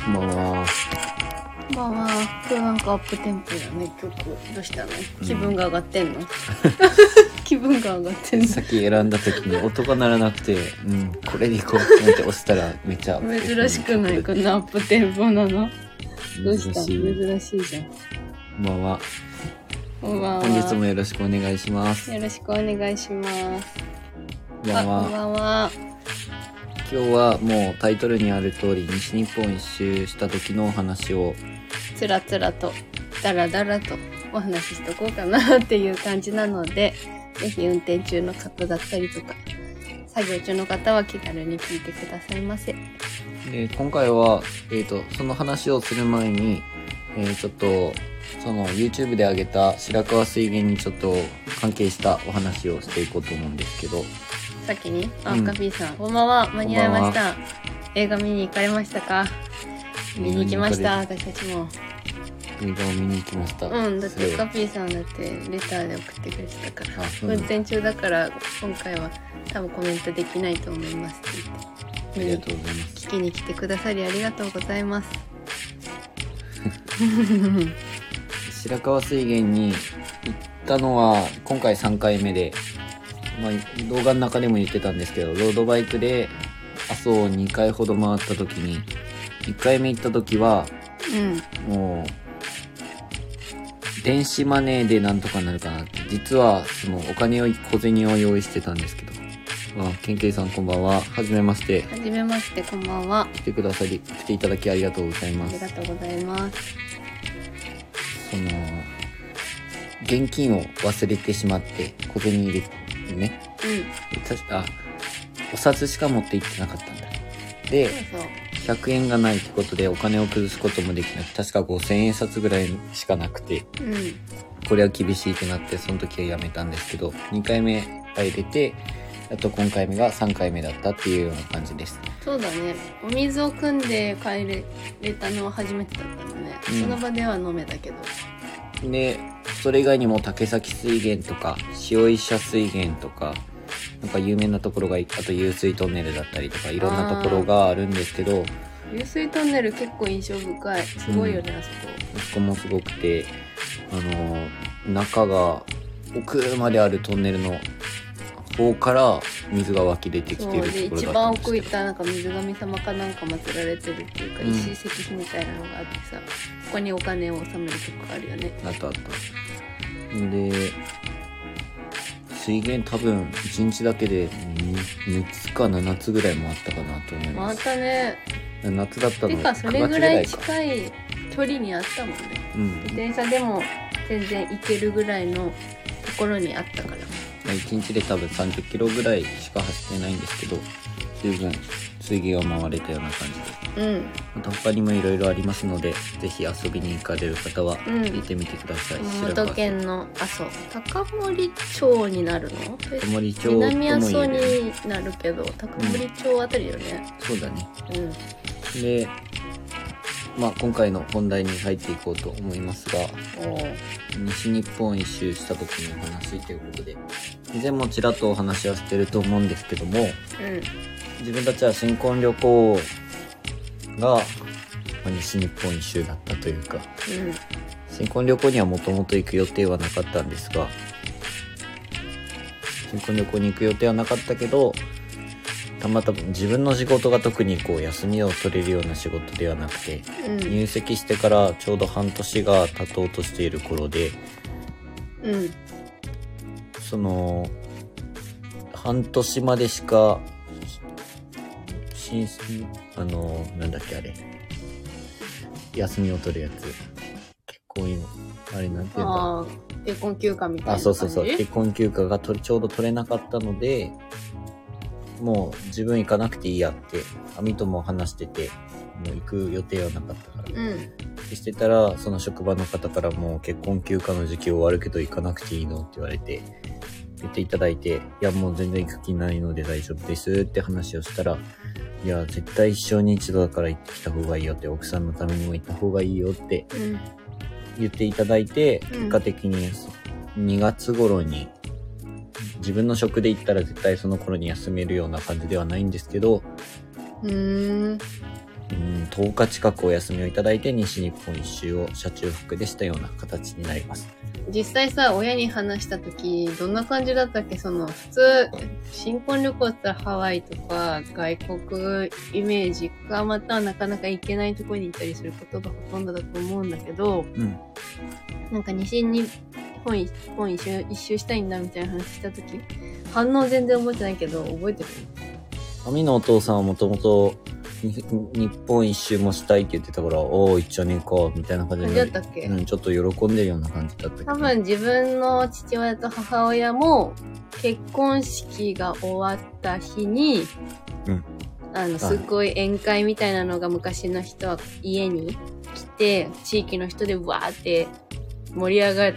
こんばんは。 こんばんは。今日なんかアップテンポやね、曲。どうしたの？気分が上がってんの？気分が上がってんの？ さっき選んだ時に音が鳴らなくて、これでいこうって思って押したらめっちゃ珍しくないこんなアップテンポなの？どうした？珍しいじゃん。 こんばんは。 こんばんは。 本日もよろしくお願いします。 よろしくお願いします。 こんばんは。 こんばんは。 今日はもうタイトルにある通り、西日本一周した時のお話をつらつらとだらだらとお話ししとこうかなっていう感じなので、ぜひ運転中の方だったりとか作業中の方は気軽に聞いてくださいませ。 で今回は、その話をする前に、ちょっとその YouTube で上げた白川水源にちょっと関係したお話をしていこうと思うんですけど、 先にカピーさん、こんばんは。間に合いました。映画見に行かれましたか？見に行きました。私たちも映画を見に行きました。 だってカピーさんだってレターで送ってくれてたから、運転中だから今回は多分コメントできないと思いますって言って、 ありがとうございます。 聞きに来てくださりありがとうございます。 白川水源に行ったのは今回3回目で、動画の中でも言ってたんですけど、ロードバイクで阿蘇を2回ほど回った時に、1回目行った時は、もう電子マネーでなんとかなるかなって、実はそのお金を小銭を用意してたんですけど、ケンケイさんこんばんは。はじめまして。 はじめまして、こんばんは。 来ていただきありがとうございます。 ありがとうございます。 その現金を忘れてしまって小銭入れてね、お札しか持って行ってなかったんだ。で、100円がないってことでお金を崩すこともできなく、確か5000円札ぐらいしかなくて、これは厳しいってなって、その時はやめたんですけど、2回目入れて、あと今回目が3回目だったっていうような感じです。 そうだね。お水を汲んで帰れたのは初めてだったのね。その場では飲めたけど。 で、それ以外にも竹崎水源とか塩石社水源とか、なんか有名なところが、あと湧水トンネルだったりとかいろんなところがあるんですけど、 湧水トンネル結構印象深い。すごいよね、あそこ。 あそこもすごくて、中が奥まであるトンネルの方から水が湧き出てきてるところだったんですけど、 一番奥行ったらなんか水神様かなんか祀られてるっていうか、石石碑みたいなのがあってさ、ここにお金を納めるとこあるよね。 あった。で、水源多分1日だけで6つか7つぐらい回ったかなと思います。 回ったね。 夏だったので。 てかそれぐらい近い距離にあったもんね。自転車でも全然行けるぐらいのところにあったから。 1日で多分30キロぐらいしか走ってないんですけど、十分水源を回れたような感じで。また他にもいろいろありますので、ぜひ遊びに行かれる方は行ってみてください。 熊本県の阿蘇、高森町になるの？ 高森町とも言える。 南阿蘇になるけど、高森町あたりよね。 そうだね。で、今回の本題に入っていこうと思いますが、西日本一周した時のお話ということで、以前もちらっとお話はしてると思うんですけども、自分たちは新婚旅行が、西日本一周だったというか、新婚旅行にはもともと行く予定はなかったんですが、新婚旅行に行く予定はなかったけど、たまたま自分の仕事が特に休みを取れるような仕事ではなくて、入籍してからちょうど半年が経とうとしている頃で、その半年までしかなんだっけあれ、休みを取るやつ、結婚今あれなんていうんだ、 結婚休暇みたいな感じ。 そう結婚休暇がちょうど取れなかったので、もう自分行かなくていいやってアミとも話してて、もう行く予定はなかったから、してたら、その職場の方からも結婚休暇の時期終わるけど行かなくていいのって言われて、言っていただいて、いやもう全然行く気ないので大丈夫ですって話をしたら、いや絶対一生に一度だから行ってきた方がいいよって、奥さんのためにも行った方がいいよって言っていただいて、結果的に2月頃に自分の職で行ったら絶対その頃に休めるような感じではないんですけど、 10日近くお休みをいただいて西日本一周を車中泊でしたような形になります。 実際さ、親に話した時どんな感じだったっけ？普通新婚旅行って言ったらハワイとか外国イメージか、またはなかなか行けないところに行ったりすることがほとんどだと思うんだけど、なんか西日本一周したいんだみたいな話した時、反応全然覚えてないけど覚えてる？ アミのお父さんはもともと日本一周もしたいって言ってたから、おー、行っちゃねえかみたいな感じで、 だったっけ？ ちょっと喜んでるような感じだったけど、 多分自分の父親と母親も結婚式が終わった日に、すごい宴会みたいなのが昔の人は家に来て、地域の人でわーって盛り上がって、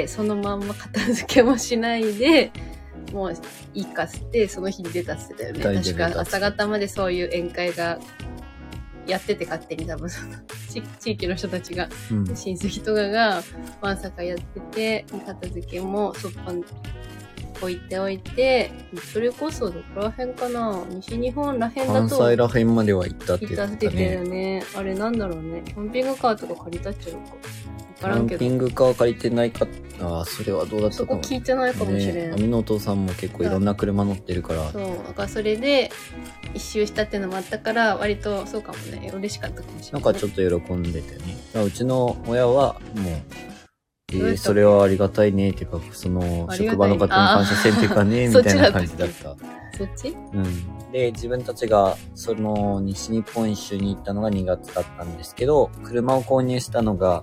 そのまんま片付けもしないで、もういいかって、その日に出たってたよね。確か朝方までそういう宴会がやってて、勝手に多分地域の人たちが、親戚とかがわんさかやってて、片付けもそっぱ置いておいて、それこそどこら辺かな、西日本ら辺だと関西ら辺までは行ったって言ってたね。 行ったって言ってたよね。あれなんだろうね、キャンピングカーとか借りたっちゃうかキャンピングカー借りてないか、それはどうだったかも。 そこ聞いてないかもしれん。 アミのお父さんも結構いろんな車乗ってるから。 そう、だからそれで一周したっていうのもあったから、割とそうかもね、嬉しかったかもしれない。 なんかちょっと喜んでたよね。うちの親はもう、それはありがたいねっていうか、職場の方に感謝せんっていうかね、みたいな感じだった。 そっち？ で、自分たちが、西日本一周に行ったのが2月だったんですけど、車を購入したのが、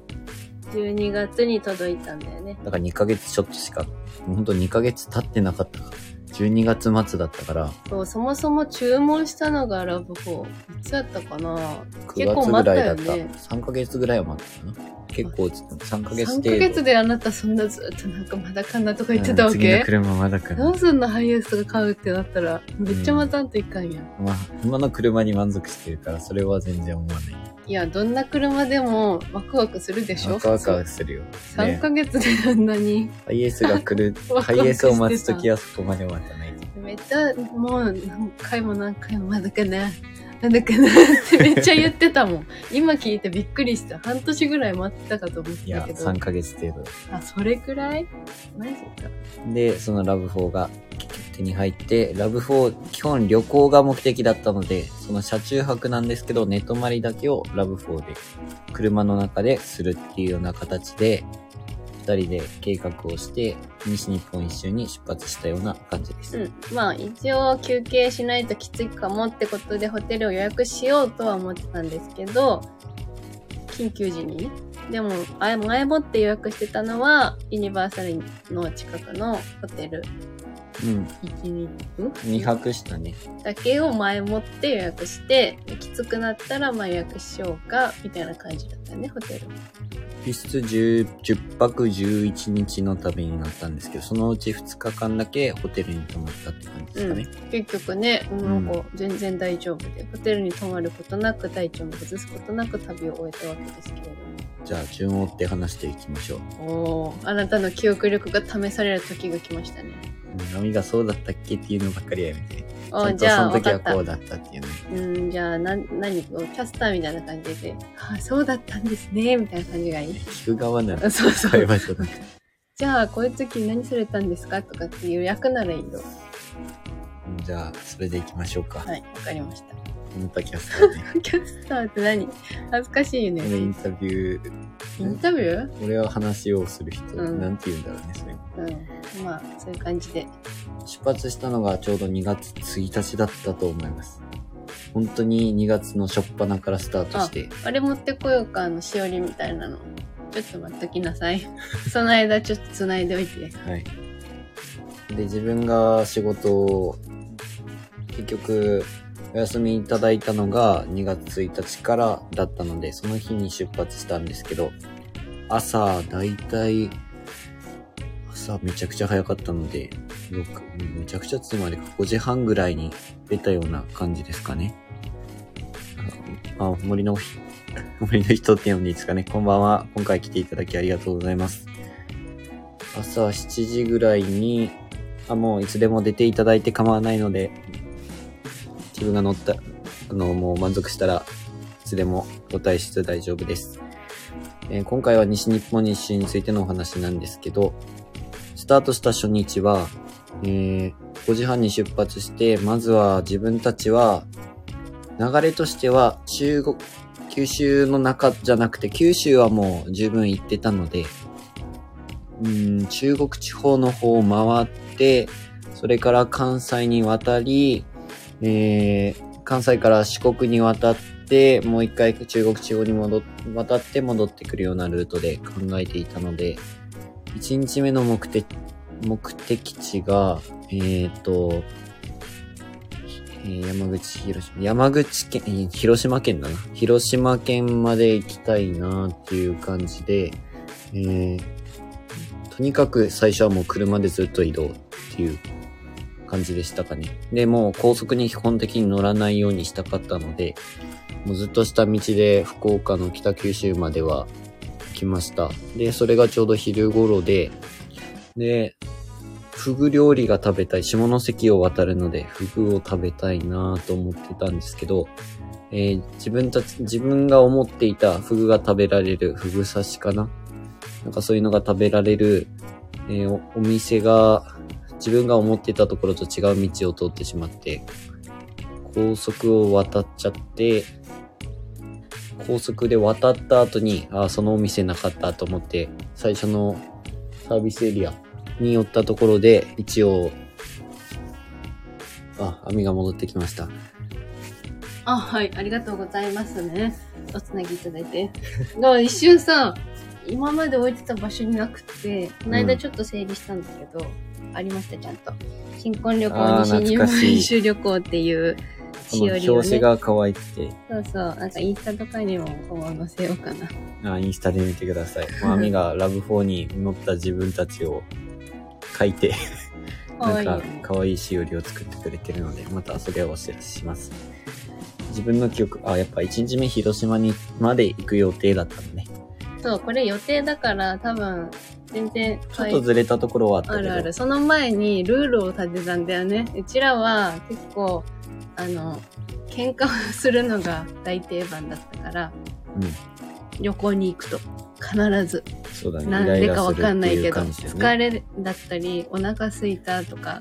12月に届いたんだよね。 だから2ヶ月ちょっとしか、ほんと2ヶ月経ってなかったか。12月末だったから。 そう、そもそも注文したのがラブ4。いつやったかな？ 結構待ったよね。3ヶ月ぐらいは待ったかな。結構3ヶ月程度。 3ヶ月であなたそんなずっとなんかまだかなとか言ってたわけ？ 次の車まだかな。 どうすんの？ハイエースとか買うってなったら、めっちゃ待たんといかんやん。 まあ、今の車に満足してるから、それは全然思わない。 いや、どんな車でもワクワクするでしょ？ ワクワクはするよ。 3ヶ月であんなに。 ハイエースが来る、ハイエースを待つときはそこまで待たない。 めっちゃ、もう何回もまだかな。なんだかなってめっちゃ言ってたもん。今聞いてびっくりした。半年ぐらい待ってたかと思ってたけど。いや、 3ヶ月程度。 それくらい？マジか。 で、そのラブ4が結局手に入って、ラブ4、基本旅行が目的だったので、その車中泊なんですけど、寝泊まりだけをラブ4で、車の中でするっていうような形で、2人で計画をして、西日本一周に出発したような感じです。 まあ一応休憩しないときついかもってことでホテルを予約しようとは思ってたんですけど、緊急時にね。でも前もって予約してたのはユニバーサルの近くのホテル。 2泊したね。 だけを前もって予約して、きつくなったら予約しようかみたいな感じだったね、ホテル。 実質10泊11日の旅になったんですけど、そのうち2日間だけホテルに泊まったって感じですかね。 結局ね、なんか全然大丈夫で、ホテルに泊まることなく、体調も崩すことなく旅を終えたわけですけれども。 じゃあ順を追って話していきましょう。あなたの記憶力が試される時が来ましたね。 ナミがそうだったっけっていうのばっかりやめて。 じゃあ、 その時はこうだったっていうね。じゃあ、何キャスターみたいな感じで、そうだったんですね、みたいな感じがいい。 聞く側なら。 そう。 会話じゃなくて。 じゃあ、こういう時何されたんですかとかっていう役ならいいよ。 じゃあ、それで行きましょうか。 はい、わかりました。 またキャスターね。 キャスターって何？恥ずかしいよね。 俺インタビュー。 インタビュー？ 俺は話をする人、なんて言うんだろうね、それ。まあ、そういう感じで。 出発したのがちょうど2月1日だったと思います。本当に2月の初っ端からスタートして。 あれ持ってこようか、しおりみたいなの。ちょっと待っときなさい。その間ちょっと繋いでおいて。 はい。で、自分が仕事を、結局、お休みいただいたのが2月1日からだったので、その日に出発したんですけど、朝めちゃくちゃ早かったので、めちゃくちゃつまり5時半ぐらいに出たような感じですかね。森の人って呼んでいいですかね。こんばんは。今回来ていただきありがとうございます。朝7時ぐらいに、もういつでも出ていただいて構わないので、自分が乗ったもう満足したらつでもご退出大丈夫です。今回は西日本一周についてのお話なんですけど、スタートした初日は、5時半に出発して、まずは自分たちは、流れとしては九州の中じゃなくて、九州はもう十分行ってたので、中国地方の方を回って、それから関西に渡り、関西から四国に渡って、もう一回中国地方に渡って戻ってくるようなルートで考えていたので、1日目の目的地が、広島県だな。広島県まで行きたいなっていう感じで、とにかく最初はもう車でずっと移動っていう感じでしたかね。で、もう高速に基本的に乗らないようにしたかったので、もうずっと下道で福岡の北九州までは来ました。で、それがちょうど昼頃で、フグ料理が食べたい。下関を渡るので、フグを食べたいなと思ってたんですけど、自分が思っていたフグが食べられる、フグ刺しかな？なんかそういうのが食べられる、お店が、自分が思っていたところと違う道を通ってしまって、高速を渡っちゃって、高速で渡った後に、そのお店なかったと思って、最初のサービスエリアに寄ったところで、一応、網が戻ってきました。 はい、ありがとうございますね。おつなぎいただいて。だから一瞬さ、今まで置いてた場所になくて、この間ちょっと整理したんだけど、ありました、ちゃんと。新婚旅行、西日本一周旅行っていうしおりをね。 表紙が可愛くて。 そうそう、なんかインスタとかにも載せようかな。 インスタで見てください。アミがラブ4に乗った自分たちを書いて、なんか可愛いしおりを作ってくれてるので、またそれをお知らせします。自分の記憶、やっぱ1日目広島にまで行く予定だったのね。 そう、これ予定だから多分全然ちょっとずれたところはあったけど。 ある。その前にルールを立てたんだよね。うちらは結構喧嘩をするのが大定番だったから、旅行に行くと必ず。 そうだね。 なんでかわかんないけど、疲れだったりお腹空いたとか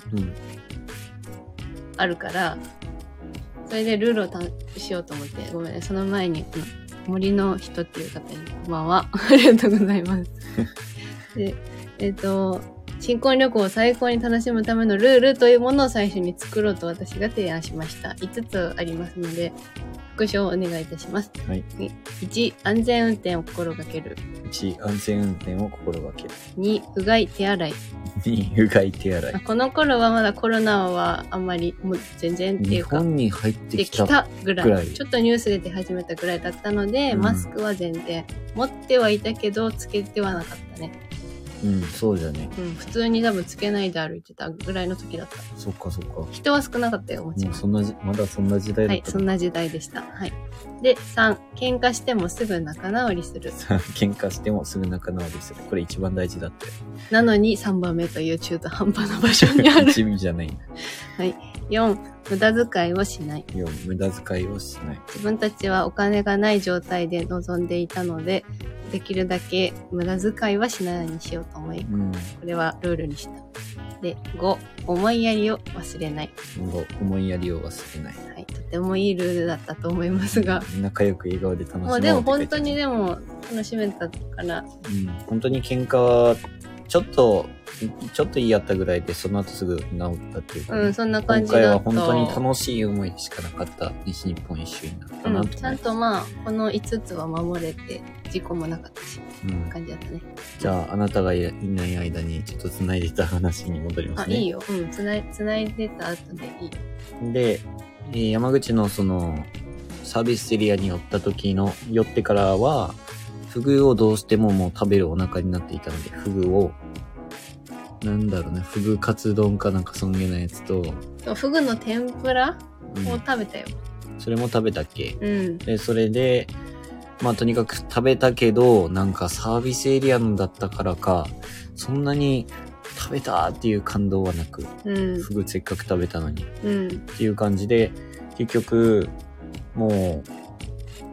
あるから、それでルールをしようと思って、ごめんね、その前に森の人っていう方にこんばんは。ありがとうございます。で、新婚旅行を最高に楽しむためのルールというものを最初に作ろうと私が提案しました。5つありますので、復唱をお願いいたします。 はい。 1、安全運転を心がける。 1、安全運転を心がける。 2、うがい手洗い。 2、うがい手洗い。 この頃はまだコロナはあんまり、もう全然っていうか。 日本に入ってきたぐらい。ちょっとニュースで出始めたぐらいだったので、マスクは全然持ってはいたけど、つけてはなかったね。 そうだね。 普通に多分つけないで歩いてたぐらいの時だった。 そっか。 人は少なかったよ、もちろん。 まだそんな時代だった。 はい、そんな時代でした。はい。で、3、喧嘩してもすぐ仲直りする。 喧嘩してもすぐ仲直りする。これ一番大事だって。 なのに3番目という中途半端な場所にある。 地味じゃない。 はい。4、無駄遣いをしない。 4、無駄遣いをしない。 自分たちはお金がない状態で臨んでいたので、できるだけ無駄遣いはしないようにしようと思い、これはルールにした。で、5、思いやりを忘れない。 5、思いやりを忘れない。 はい、とてもいいルールだったと思いますが。 仲良く笑顔で楽しもう。 でも本当に楽しめたから。 本当に喧嘩は、ちょっと言い合ったぐらいで、その後すぐ治ったっていうか、 そんな感じだった。 今回は本当に楽しい思いしかなかった西日本一周になったなと、 ちゃんとこの5つは守れて、事故もなかったし、感じだったね。 じゃあ、あなたがいない間にちょっと繋いでた話に戻りますね。 いいよ。繋いでた後でいいよ。 で、山口のその、サービスエリアに寄ってからは、フグをどうしてももう食べるお腹になっていたので、フグを、フグカツ丼かなんかそんげなやつと、 フグの天ぷらを食べたよ。 それも食べたっけ？ で、 それで、とにかく食べたけど、なんかサービスエリアのだったからか、そんなに食べたっていう感動はなく、フグせっかく食べたのに、っていう感じで、結局、もう、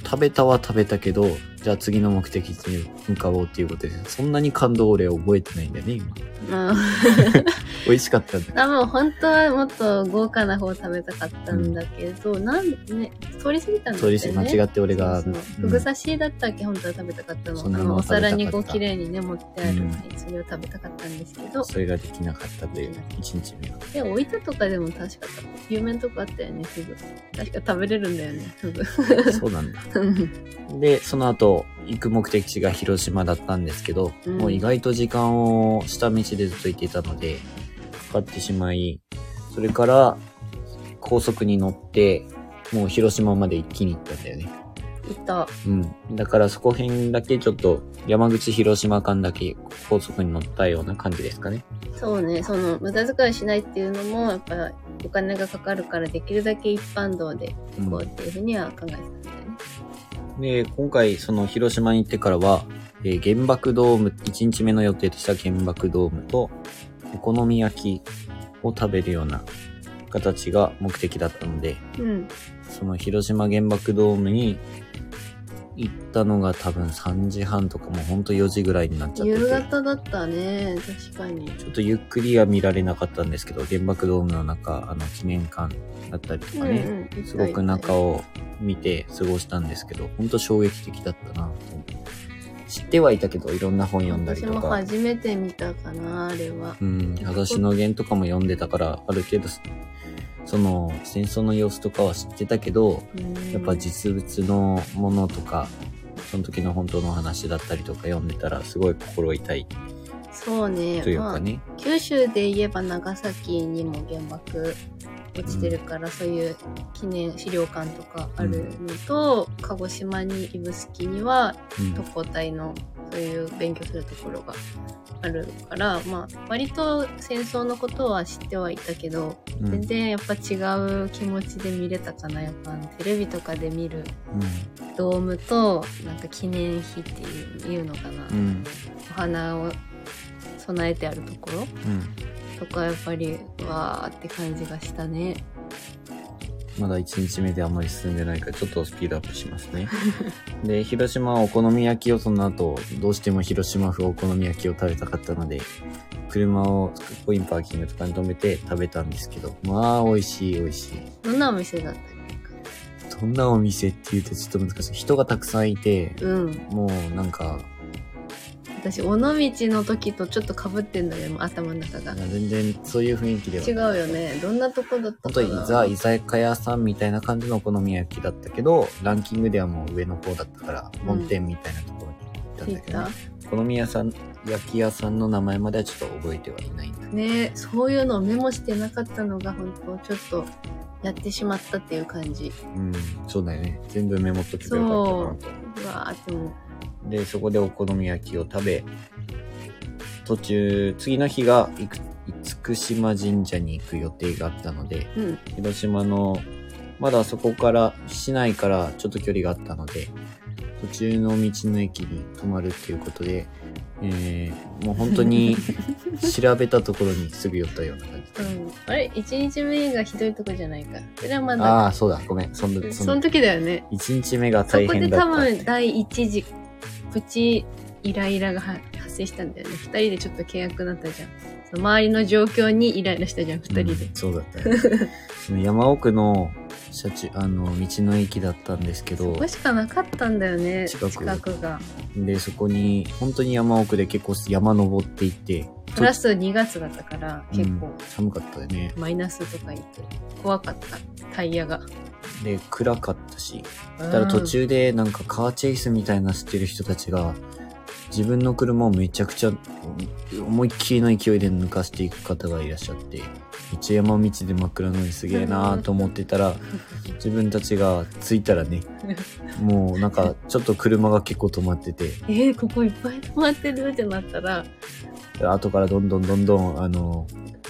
食べたけど、じゃあ次の目的地に向かおうっていうことで、そんなに感動俺は覚えてないんだよね、今。美味しかったんだけど。 多分本当はもっと豪華な方食べたかったんだけど、なんね、通り過ぎたんだってね。 間違って俺が。 ふぐ刺しだったっけ、本当は食べたかったの。 そんなのお皿にこう綺麗にね、持ってある、それを食べたかったんですけど。 それができなかったという、1日目は。 で、置いたとかでも確か有名なとこあったよね、ふぐ。確か食べれるんだよね、ふぐ。 そうなんだ。で、その後、行く目的地が広島だったんですけど、もう意外と時間を下道でずっと行っていたので、かかってしまい、それから高速に乗って、もう広島まで一気に行ったんだよね。 行った。 だからそこ辺だけちょっと山口広島間だけ高速に乗ったような感じですかね。 そうね、その無駄遣いしないっていうのもやっぱお金がかかるからできるだけ一般道で行こうっていうふうには考えてたんだよね。 で、今回その広島に行ってからは、原爆ドーム、1日目の予定とした原爆ドームとお好み焼きを食べるような形が目的だったので、その広島原爆ドームに行ったのが多分3時半とかもうほんと4時ぐらいになっちゃってて。 夕方だったね、確かに。 ちょっとゆっくりは見られなかったんですけど、原爆ドームの中、記念館だったりとかね、すごく中を見て過ごしたんですけど、ほんと衝撃的だったなと思って。知ってはいたけど、いろんな本読んだりとか。 私も初めて見たかな、あれは。 裸足の弦とかも読んでたから、ある程度、その戦争の様子とかは知ってたけど、やっぱ実物のものとか、その時の本当の話だったりとか読んでたらすごい心痛い。 そうね。 というかね。 九州で言えば長崎にも原爆落ちてるから、そういう記念資料館とかあるのと、鹿児島に指宿には特攻隊のそういう勉強するところがあるから、割と戦争のことは知ってはいたけど、全然やっぱ違う気持ちで見れたかな。やっぱテレビとかで見るドームとなんか記念碑っていうのかな、お花を備えてあるところ、とかやっぱりわーって感じがしたね。 まだ1日目であんまり進んでないからちょっとスピードアップしますね。で、広島はお好み焼きをその後、どうしても広島風お好み焼きを食べたかったので、車をコインパーキングとかに止めて食べたんですけど、まあ美味しい。 どんなお店だったっけ？どんなお店って言うとちょっと難しい。人がたくさんいて、もうなんか、 私、尾道の時とちょっと被ってんだよ、頭の中が。 全然そういう雰囲気では違うよね。どんなとこだったかな。 本当に居酒屋さんみたいな感じのお好み焼きだったけど、ランキングではもう上の方だったから、本店みたいなところに行ったんだけど、ね、お好み焼き屋さんの名前まではちょっと覚えてはいないんだね。そういうのをメモしてなかったのが本当ちょっとやってしまったっていう感じ。 そうだよね。全部メモっとけばよかったなと。 うわーってもで、そこでお好み焼きを食べ、途中、次の日が厳島神社に行く予定があったので、広島の、まだそこから、市内からちょっと距離があったので、途中の道の駅に泊まるっていうことで、もう本当に調べたところにすぐ寄ったような感じ。 あれ ?1 日目がひどいとこじゃないか。それはまだ。 ああ、そうだ、ごめん。その時だよね。 1日目が大変だった。 そこで多分第一次プチイライラが発生したんだよね。2人でちょっと契約になったじゃん。その周りの状況にイライラしたじゃん、2人で。 そうだったよ、ね。その山奥の道の駅だったんですけど。 そこしかなかったんだよね、近くが。 で、そこに、本当に山奥で結構山登っていって。 プラス2月だったから、結構、 寒かったよね。 マイナスとか言って、怖かった、タイヤが。 で、暗かったし。そしたら途中でなんかカーチェイスみたいなしてる人たちが、自分の車をめちゃくちゃ思いっきりの勢いで抜かしていく方がいらっしゃって、道山道で真っ暗なのにすげえなーと思ってたら、自分たちが着いたらね、もうなんかちょっと車が結構止まってて、 ここいっぱい止まってるってなったら、 後からどんどん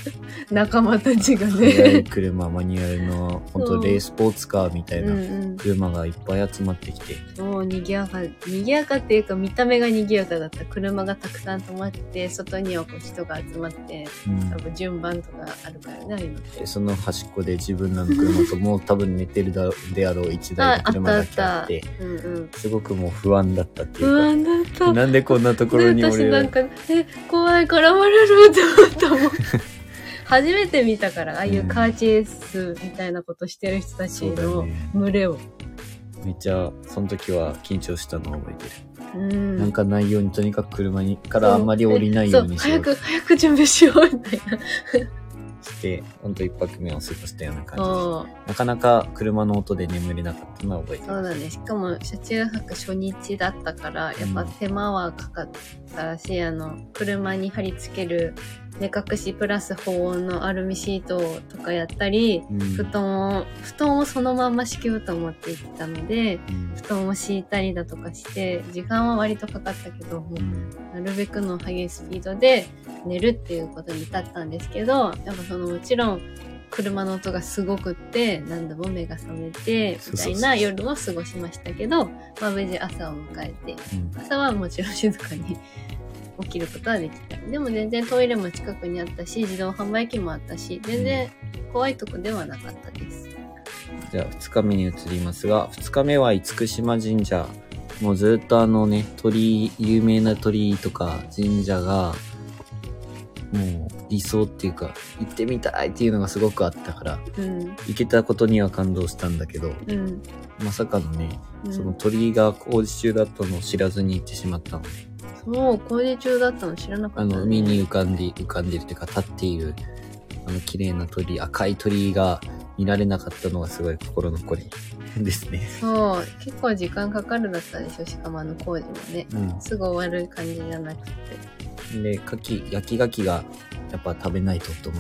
仲間たちが速いね。 車、マニュアルの、本当レースポーツカーみたいな車がいっぱい集まってきて。 もう賑やかっていうか見た目が賑やかだった。車がたくさん止まって、外にはこう人が集まって、多分順番とかあるからね、ああいうのって。 で、その端っこで自分らの車ともう多分寝てるであろう一台の車だけあって、すごくもう不安だったっていうか。 不安だった。 なんでこんなところに私なんか、怖い絡まれるって思ったもん。初めて見たから、ああいうカーチェイスみたいなことしてる人たちの群れを。 めっちゃ、その時は緊張したのを覚えてる。なんかないように、とにかく車からあんまり降りないようにしよう。 早く準備しようみたいな。 して、ほんと一泊目を過ごしたような感じで。なかなか車の音で眠れなかったのは覚えてる。 そうだね。しかも、車中泊初日だったから、やっぱ手間はかかったし、車に貼り付ける目隠しプラス保温のアルミシートとかやったり、布団をそのまんま敷布団持って行ってたので、布団を敷いたりだとかして、時間は割とかかったけど、なるべくの速いスピードで寝るっていうことに至ったんですけど、やっぱもちろん車の音がすごくって何度も目が覚めてみたいな夜を過ごしましたけど、無事朝を迎えて、朝はもちろん静かに起きることはできた。でも全然トイレも近くにあったし、自動販売機もあったし、全然怖いとこではなかったです。 じゃあ2日目に移りますが、2日目は厳島神社。もうずっと有名な鳥居とか神社が、もう理想っていうか、行ってみたいっていうのがすごくあったから、行けたことには感動したんだけど、まさかのね、その鳥居が工事中だったのを知らずに行ってしまったので。 そう、工事中だったの知らなかった、ね。 海に浮かんでるっていうか、立っている、綺麗な赤い鳥居が見られなかったのがすごい心残りですね。 そう、結構時間かかるだったでしょ、しかも工事もね。すぐ終わる感じじゃなくて。 で、焼き牡蠣がやっぱ食べないと思って。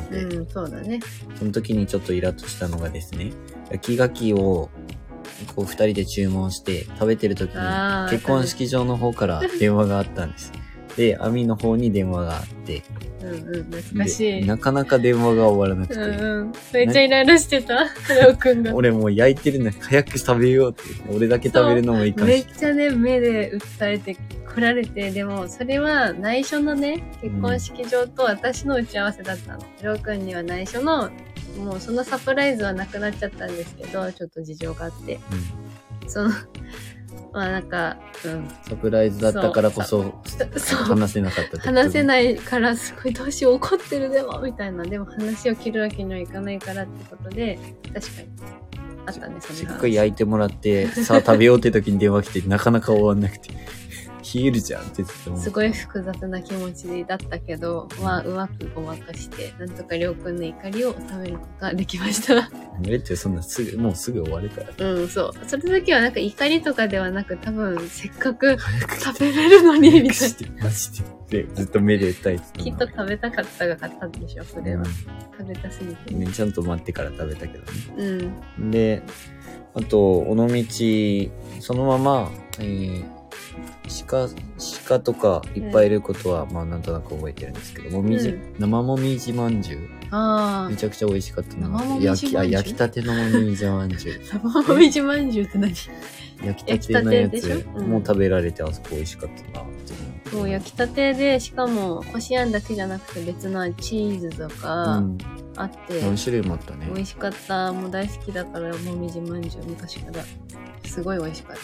そうだね。 その時にちょっとイラッとしたのがですね、焼き牡蠣をこう二人で注文して食べてる時に結婚式場の方から電話があったんです。で、網の方に電話があって、 懐かしい。 なかなか電話が終わらなくて。 めっちゃイライラしてた、レオくんが。 俺もう焼いてるのに早く食べようって。俺だけ食べるのもいいかもしれない。 めっちゃね、目で訴えて来られて、でもそれは内緒のね、結婚式場と私の打ち合わせだったの。レオくんには内緒の、もうそのサプライズはなくなっちゃったんですけど、ちょっと事情があって。 サプライズだったからこそ、話せなかったって。 話せないから、すごいどうしよう、怒ってるでも、みたいな。でも話を切るわけにはいかないからってことで、確かに。あったね、その話。 せっかく焼いてもらって、さあ食べようって時に電話来て、なかなか終わんなくて。冷えるじゃんって言ってもすごい複雑な気持ちだったけど、うまくごまかして、なんとかりょうくんの怒りを収めることができました。 ってそんなもうすぐ終わるから。 そう。その時は怒りとかではなく、多分せっかく食べれるのに、みたいな。 マジで。ずっと目で訴えてた。 きっと食べたかったが勝ったんでしょ、それは。食べたすぎて。 ね、ちゃんと待ってから食べたけどね。で、あと、尾道、そのまま、鹿とかいっぱいいることは、なんとなく覚えてるんですけど、生もみじまんじゅう。めちゃくちゃ美味しかったな。焼きたてのもみじまんじゅう。 生もみじまんじゅうって何？ 焼きたてのやつも食べられて、あそこ美味しかったなってそう、焼きたてで、しかも、こしあんだけじゃなくて別のチーズとかあって。 何種類もあったね。 美味しかった。もう大好きだから、もみじまんじゅう、昔から。すごい美味しかった。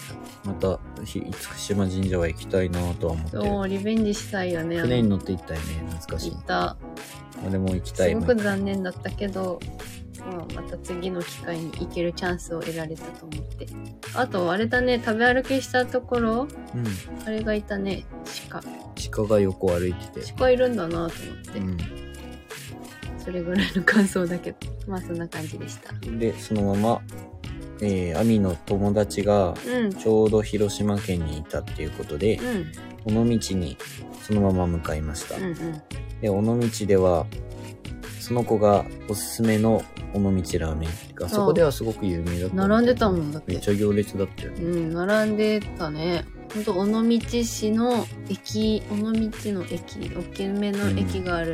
また、厳島神社は行きたいなとは思ってる。 そう、リベンジしたいよね。 船に乗って行ったよね、懐かしい。 行った。 でも行きたい。 すごく残念だったけど、また次の機会に行けるチャンスを得られたと思って。あと、あれだね、食べ歩きしたところ、あれがいたね、 鹿が横歩いてて。 鹿いるんだなと思って。それぐらいの感想だけど、そんな感じでした。 で、そのまま、アミの友達がちょうど広島県にいたっていうことで、尾道にそのまま向かいました。で、尾道ではその子がおすすめの尾道ラーメンがそこではすごく有名だった。 並んでたもんだって。 めっちゃ行列だったよね。 並んでたね。ほんと尾道市の駅、尾道の駅、大きめの駅がある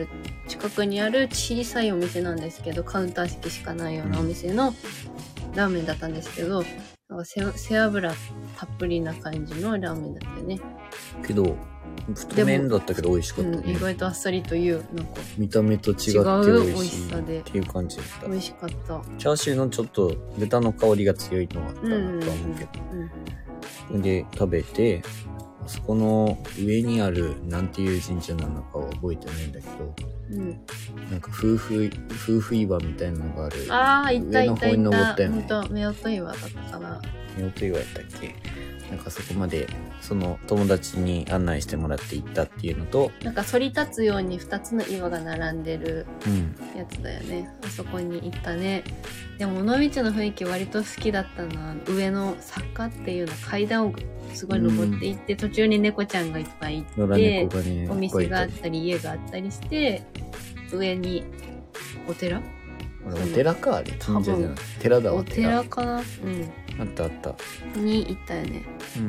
近くにある小さいお店なんですけど、カウンター席しかないようなお店のラーメンだったんですけど、なんか背脂たっぷりな感じのラーメンだったよね。 けど、太麺だったけど美味しかったね。 意外とあっさりという、なんか見た目と違って美味しいっていう感じだった。 美味しかった。 チャーシューのちょっと豚の香りが強いのがあったなとは思うけど。で、食べて、あそこの上にあるなんていう神社なのかは覚えてないんだけど、なんか夫婦岩みたいなのがある。 ああ、いたいたいた。 上の方に登ったよね。 夫婦岩だったかな。 夫婦岩やったっけ？なんかそこまでその友達に案内してもらって行ったっていうのと、 なんか反り立つように2つの岩が並んでるやつだよね。あそこに行ったね。でも尾道の雰囲気割と好きだったな。上の坂っていうの階段をすごい登っていって、途中に猫ちゃんがいっぱいいて、お店があったり家があったりして、上にお寺？ お寺かあれ神社じゃない。寺だ。 お寺かな。 あったあった。 に行ったよね。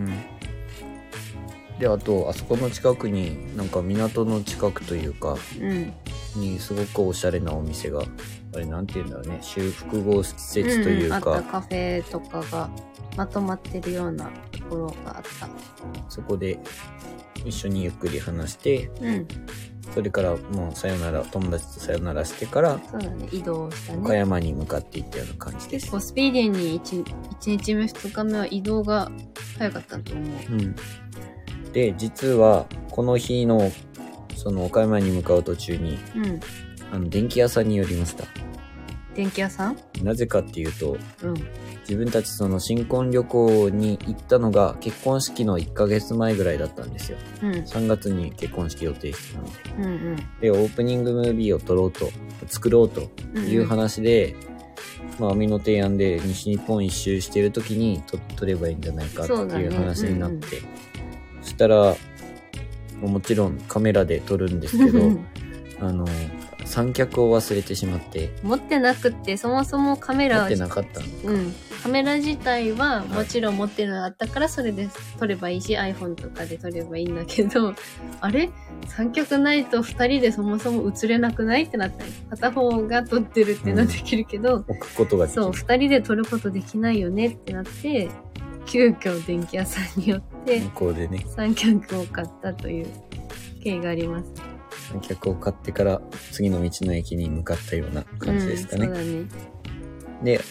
で、あとあそこの近くになんか港の近くというか、にすごくおしゃれなお店が、あれなんて言うんだろうね、複合施設というか、 あったカフェとかがまとまってるようなところがあった。 そこで一緒にゆっくり話して、それからもうさよなら、友達とさよならしてから、 そうだね、移動したね。 岡山に向かっていったような感じです。 結構スピーディーに 1日目2日目は移動が早かったと思う。 で、実はこの日のその岡山に向かう途中に、電気屋さんに寄りました。 電気屋さん？ なぜかっていうと、自分たちその新婚旅行に行ったのが結婚式の1ヶ月前ぐらいだったんですよ。3月に結婚式予定してたので。で、オープニングムービーを作ろうという話で、アミの提案で西日本一周してる時に撮ればいいんじゃないかっていう話になって、そしたら、もちろんカメラで撮るんですけど、三脚を忘れてしまって。 持ってなくって、そもそもカメラ持ってなかったの。 カメラ自体はもちろん持ってるのがあったから、それで撮ればいいし、iPhone とかで撮ればいいんだけど、あれ三脚ないと2人でそもそも映れなくないってなったり、片方が撮ってるっていうのはできるけど、 置くことができる。 そう、2人で撮ることできないよねってなって、急遽電気屋さんによって、 向こうでね、 三脚を買ったという経緯があります。 三脚を買ってから次の道の駅に向かったような感じですかね。 そうだね。 で、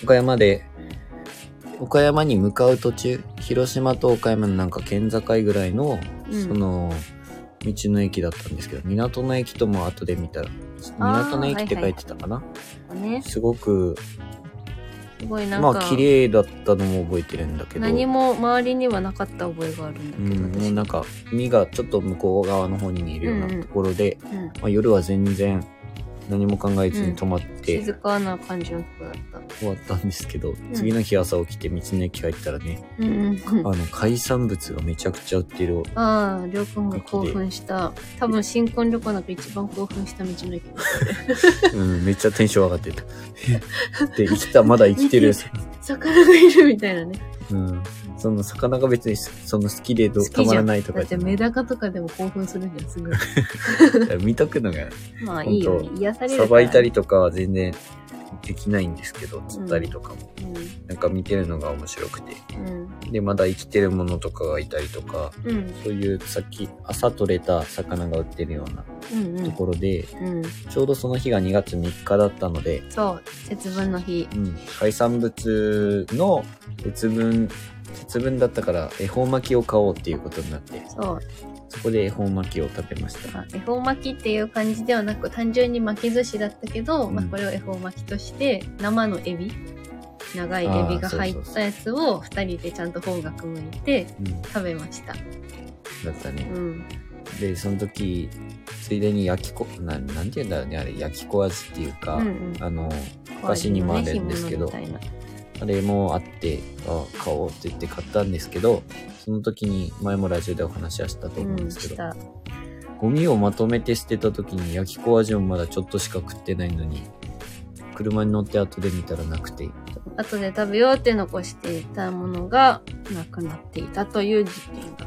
岡山に向かう途中、広島と岡山のなんか県境ぐらいの、その、道の駅だったんですけど、港の駅とも後で見たら、港の駅って書いてたかな、すごく、 すごいなんか綺麗だったのも覚えてるんだけど、 何も周りにはなかった覚えがあるんだけど、 なんか海がちょっと向こう側の方に見えるようなところで、夜は全然何も考えずに泊まって、 静かな感じのとこだった。 終わったんですけど、次の日朝起きて道の駅入ったらね、海産物がめちゃくちゃ売ってる。 りょうくんが興奮した。多分新婚旅行なんか一番興奮した道の駅めっちゃテンション上がってた。で、まだ生きてる。 魚がいるみたいなね。 その魚が別にその好きでたまらないとかじゃ。だってメダカとかでも興奮するんじゃん、すぐ。 見とくのが。 いいよね。癒されるから。 さばいたりとかは全然できないんですけど、釣ったりとかも。なんか見てるのが面白くて。で、まだ生きてるものとかがいたりとか、そういうさっき朝取れた魚が売ってるようなところで、ちょうどその日が2月3日だったので、 そう、節分の日。 海産物の節分だったから恵方巻きを買おうっていうことになって、そこで恵方巻きを食べました。 恵方巻きっていう感じではなく、単純に巻き寿司だったけど、これを恵方巻きとして生のエビ、長いエビが入ったやつを2人でちゃんと方角向いて食べました。 だったね。で、その時ついでになんて言うんだろうね、あれ焼き子味っていうか、お菓子にもあるんですけど、あれもあって、買おうって言って買ったんですけど、その時に前もラジオでお話はしたと思うんですけど、ゴミをまとめて捨てた時に焼き子味もまだちょっとしか食ってないのに、車に乗って後で見たらなくて、 後で食べようって残していたものがなくなっていたという事件が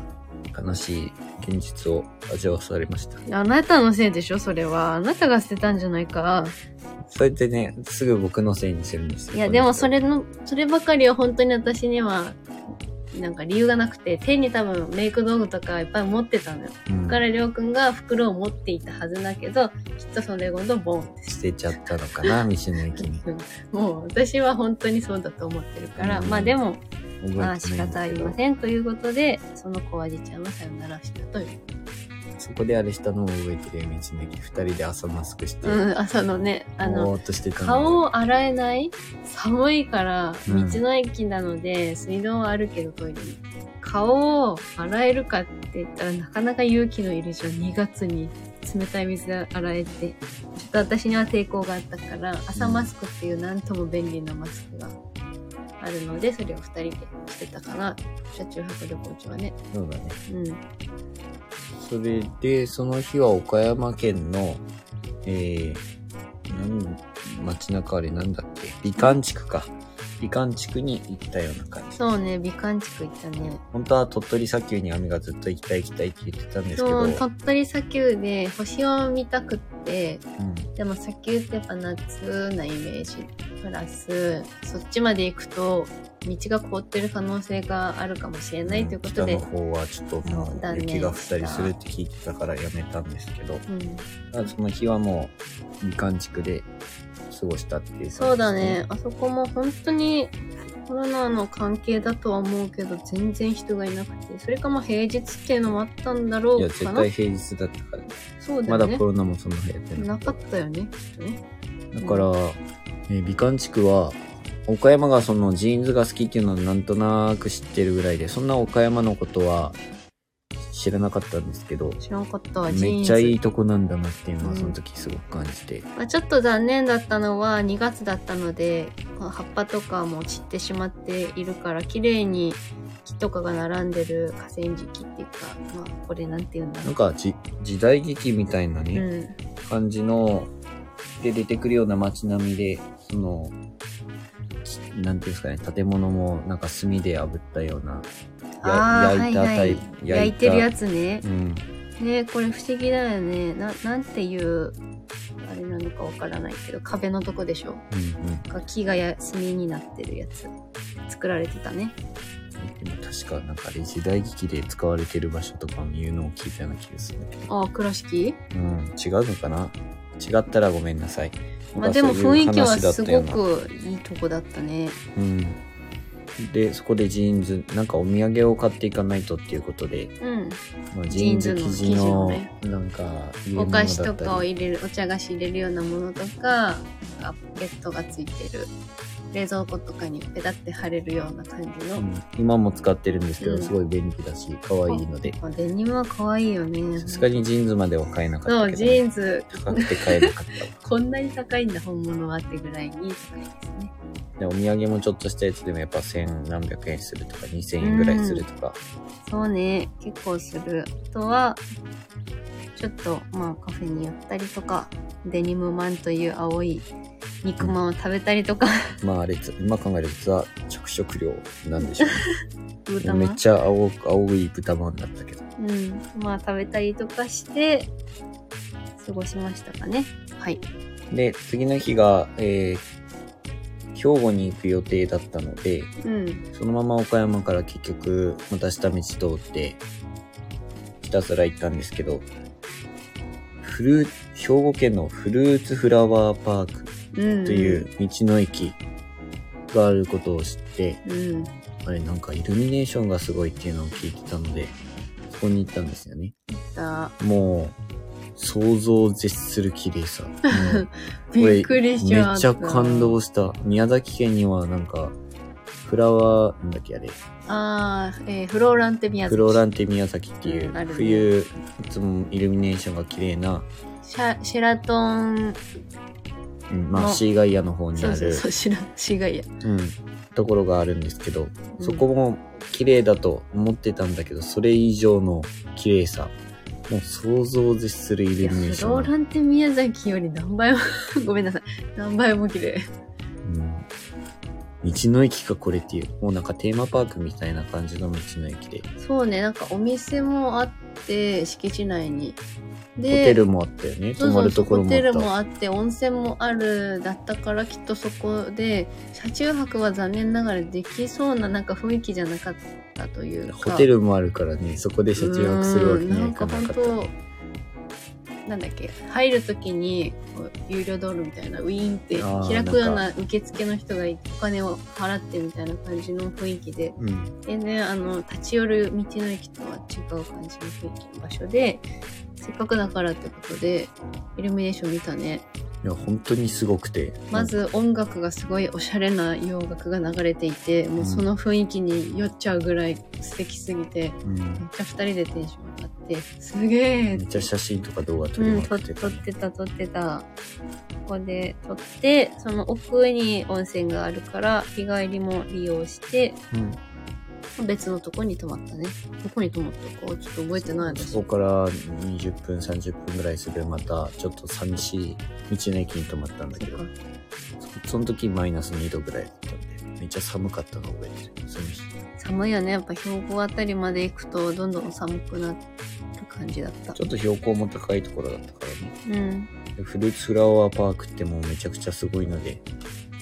悲しい現実を味わわされました。 あなたのせいでしょそれは。あなたが捨てたんじゃないか。 それでね、すぐ僕のせいにするんですよ。 いや、でもそればかりは本当に私には、なんか理由がなくて、手に多分メイク道具とかいっぱい持ってたのよ。だからりょうくんが袋を持っていたはずだけど、きっとそれごとボンって捨てちゃったのかな、道の駅に。 もう私は本当にそうだと思ってるから、まあでも、まあ仕方ありませんということで、その小アジちゃんはさよならしたという。 そこであれしたのを覚えてるよ、道の駅。二人で朝マスクして。 朝のね、 ぼーっとしてた顔を洗えない寒いから、道の駅なので、水道はあるけどトイレに。顔を洗えるかって言ったらなかなか勇気のいるじゃん。2月に冷たい水で洗えて。ちょっと私には抵抗があったから、朝マスクっていうなんとも便利なマスクがあるので、それを2人でしてたかな。車中泊旅行中はね。 そうだね。それで、その日は岡山県の、街中あれなんだっけ、美観地区か。美観地区に行ったような感じ。 そうね、美観地区行ったね。 本当は鳥取砂丘に亜美がずっと行きたいって言ってたんですけど。 そう、鳥取砂丘で星を見たくって、でも砂丘ってやっぱ夏なイメージ。プラス、そっちまで行くと、道が凍ってる可能性があるかもしれないということで。 北の方はちょっともう雪が降ったりするって聞いてたからやめたんですけど。その日はもう美観地区で過ごしたっていう感じですね。そうだね。 あそこも本当にコロナの関係だとは思うけど、全然人がいなくて。それかまあ平日っていうのもあったんだろうかな。 いや、絶対平日だったからね。 そうだよね。 まだコロナもそんな流行ってなかったよね、きっとね。 だから、美観地区は、岡山がそのジーンズが好きっていうのはなんとなく知ってるぐらいで、そんな岡山のことは知らなかったんですけど、 知らなかったわ、ジーンズ。 めっちゃいいとこなんだなっていうのはその時すごく感じて。 まあ、ちょっと残念だったのは2月だったので、葉っぱとかも散ってしまっているから、綺麗に木とかが並んでる河川敷っていうか、まあこれなんていうんだろう。 なんか時代劇みたいなね、感じの、で出てくるような街並みで、その、なんていうんですかね、建物もなんか炭で炙ったような、焼いたタイプ、 焼いてるやつね。ね、これ不思議だよね。なんていう、あれなのかわからないけど、壁のとこでしょ。木が炭になってるやつ、作られてたね。 でも確かなんかあれ時代劇で使われてる場所とかもいうのを聞いたような気がするんだけど。 倉敷？ 違うのかな？違ったらごめんなさい。 まあでも雰囲気はすごくいいとこだったね。 で、そこでジーンズ、なんかお土産を買っていかないとっていうことで、まあ、ジーンズ生地の、なんかお菓子とかを入れる、お茶菓子入れるようなものとか、ポケットがついてる。冷蔵庫とかにペタって貼れるような感じの、 今も使ってるんですけど、すごい便利だし可愛いので。 デニムは可愛いよね。 さすがにジーンズまでは買えなかったけど、 ジーンズ高くて買えなかったこんなに高いんだ本物はってぐらいに高いですね。 でお土産もちょっとしたやつでもやっぱ1000何百円するとか2000円ぐらいするとか、 そうね、結構する。あとはちょっとまあカフェに寄ったりとか、デニムマンという青い肉まんを食べたりとか、 まああれ今考えるとザ着色料なんでしょうねめっちゃ青い豚まんだったけど、 まあ食べたりとかして過ごしましたかね。はい。 で次の日が、兵庫に行く予定だったので、そのまま岡山から結局また下道通ってひたすら行ったんですけど、兵庫県のフルーツフラワーパークという道の駅があることを知って、あれなんかイルミネーションがすごいっていうのを聞いてたので、そこに行ったんですよね。もう想像を絶する綺麗さ。 びっくりしちゃった。 めっちゃ感動した。宮崎県にはなんかフラワーなんだっけあれ。 フローランテ宮崎。 フローランテ宮崎っていう、冬いつもイルミネーションが綺麗なシェラトン、 まあシーガイアの方にあるシーガイア、 ところがあるんですけど、そこも綺麗だと思ってたんだけど、それ以上の綺麗さ、もう想像を絶するイルミネーション。 フローランテ宮崎より何倍もごめんなさい、何倍も綺麗。 道の駅かこれっていう、もうなんかテーマパークみたいな感じの道の駅で。 そうね、なんかお店もあって、敷地内に。 で、ホテルもあったよね。泊まるところもあった。 ホテルもあって、温泉もある、だったから、きっとそこで、車中泊は残念ながらできそうななんか雰囲気じゃなかったというか。 ホテルもあるからね、そこで車中泊するわけにはいかなかった。なんか本当、 なんだっけ、入るときに有料道路みたいなウィーンって開くような受付の人がお金を払ってみたいな感じの雰囲気で、全然立ち寄る道の駅とは違う感じの雰囲気の場所で、せっかくだからってことでイルミネーション見たね。 いや本当にすごくて、 まず音楽がすごいおしゃれな洋楽が流れていて、もうその雰囲気に酔っちゃうぐらい素敵すぎて、めっちゃ二人でテンション上がって、すげえ。 めっちゃ写真とか動画撮りまくってた。 撮ってた。ここで撮って、その奥に温泉があるから日帰りも利用して、別のとこに泊まったね。どこに泊まったかちょっと覚えてないです。 そこから20分、30分ぐらいするまたちょっと寂しい道の駅に泊まったんだけど、その時マイナス2度ぐらいだったんで、めっちゃ寒かったの覚えてる。その日。 寒いよね。やっぱ標高あたりまで行くとどんどん寒くなる感じだった。 ちょっと標高も高いところだったからね。フルーツフラワーパークってもうめちゃくちゃすごいので、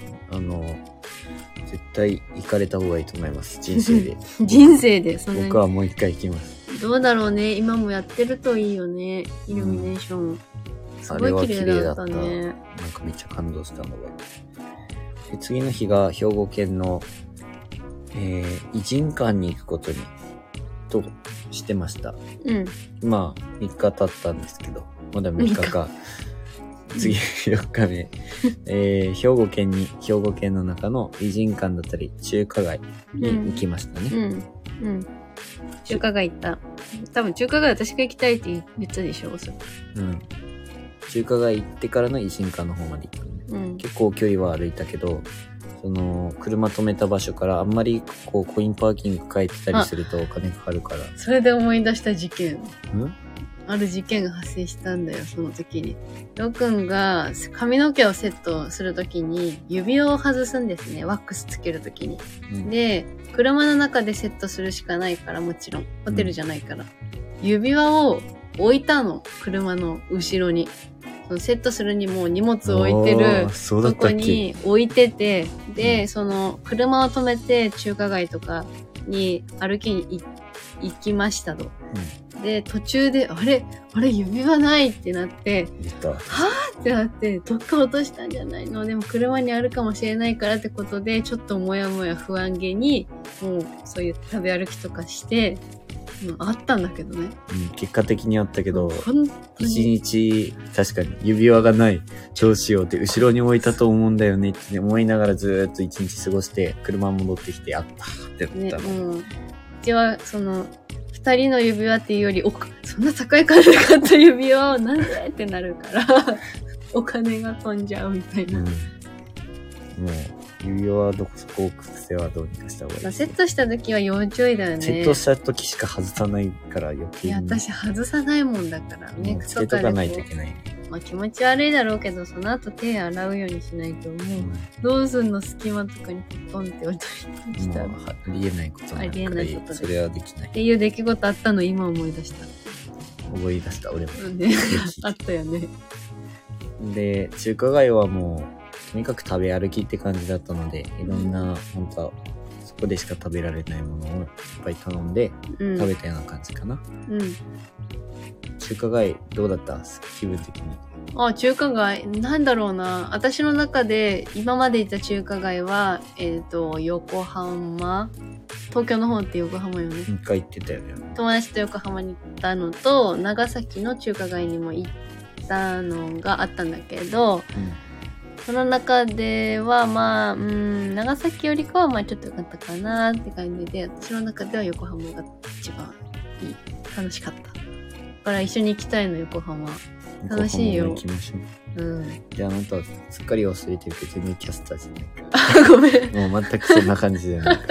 絶対行かれた方がいいと思います。人生で。 人生で、そんなに。 僕はもう一回行きます。 どうだろうね。今もやってるといいよね。イルミネーション。すごい綺麗だったね。 なんかめっちゃ感動したのが。で、次の日が兵庫県の、異人館に行くことに、としてました。まあ、3日経ったんですけど、まだ3日か。次、4日目。兵庫県の中の異人館だったり、中華街に行きましたね。 中華街行った。多分中華街私が行きたいって言ったでしょ、 中華街行ってからの異人館の方まで行ったね。結構距離は歩いたけど、車止めた場所からあんまりコインパーキング帰ってたりするとお金かかるから。 それで思い出した事件。ある事件が発生したんだよ、その時に。りょうくんが髪の毛をセットするときに指輪を外すんですね。ワックスつけるときに。で、車の中でセットするしかないから、もちろん。ホテルじゃないから。指輪を置いたの。車の後ろに。そのセットするにも荷物を置いてるとこに置いてて、で、車を止めて中華街とかに歩きに行きましたと。で、途中で、あれ指輪ないってなって、はぁってなって、どっか落としたんじゃないの？でも車にあるかもしれないからってことで、ちょっともやもや不安げに、もうそういう食べ歩きとかして、あったんだけどね。 結果的にあったけど、一日、確かに指輪がない。どうしようって、後ろに置いたと思うんだよねって思いながらずーっと一日過ごして、車戻ってきて、あったってなったの。 うちは、二人の指輪っていうより、そんな高い金で買った指輪をなんでってなるから、お金が飛んじゃうみたいな。もう、 指輪はどこそこ置く癖はどうにかした方がいい。 セットした時は要注意だよね。 セットした時しか外さないから余計に。 いや、私外さないもんだからね。 つけとかないといけない。 まあ気持ち悪いだろうけど、その後手洗うようにしないと、もう、どうすんの隙間とかにポンって置いといてきたら。 ありえないことなんだから、それはできない。 っていう出来事あったの今思い出した。 思い出した、俺も。 ね、あったよね。 で、中華街はもう、とにかく食べ歩きって感じだったので、いろんな、本当は、そこでしか食べられないものをいっぱい頼んで、食べたような感じかな。中華街、どうだった？気分的に。 中華街、なんだろうな。私の中で、今まで行った中華街は、横浜？東京の方って横浜よね。 一回行ってたよね。 友達と横浜に行ったのと、長崎の中華街にも行ったのがあったんだけど、その中では、まあ、長崎よりかは、まあ、ちょっと良かったかなって感じで、私の中では横浜が一番いい。楽しかった。だから一緒に行きたいの、横浜。楽しいよ。 行きましょう。じゃあ、あなたはすっかり忘れてるけど、全然キャスターじゃないから。ごめん。もう全くそんな感じじゃないから。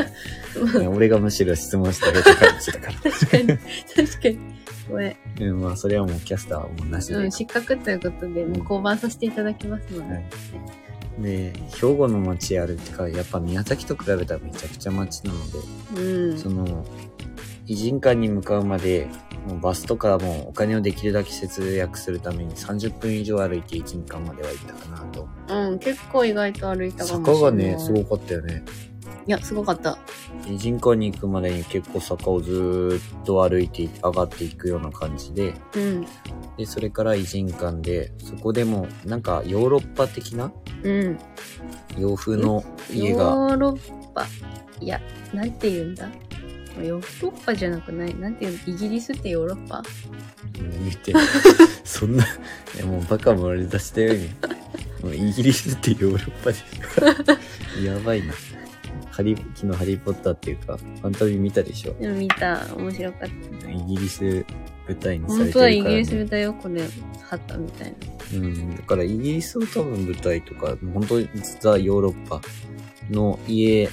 俺がむしろ質問してあげた感じだから。 確かに。ごめん。まあ、それはもうキャスターはもうなしで。 失格ということで、もう降板させていただきますので。 で、兵庫の街あるってか、やっぱ宮崎と比べたらめちゃくちゃ街なので、その、異人館に向かうまで、もうバスとかもお金をできるだけ節約するために30分以上歩いて異人館までは行ったかなと。 結構意外と歩いたかもしれない。 坂がね、すごかったよね。 いや、すごかった。 異人館に行くまでに結構坂をずーっと歩いて上がっていくような感じで、で、それから異人館で、そこでもなんかヨーロッパ的な、洋風の家が。 ヨーロッパ。いや、なんて言うんだ？ヨーロッパじゃなくない？なんて言うの？イギリスってヨーロッパ？ 何言ってんのそんな、もうバカ漏れ出したように。もうイギリスってヨーロッパでしょ。やばいな。昨日ハリーポッターっていうか、ファンタビ見たでしょ。 見た。面白かった。 イギリス舞台にされてるから、ね。 本当はイギリス舞台をこれ、貼ったみたいな。 だからイギリスの多分舞台とか、本当にザ・ヨーロッパの家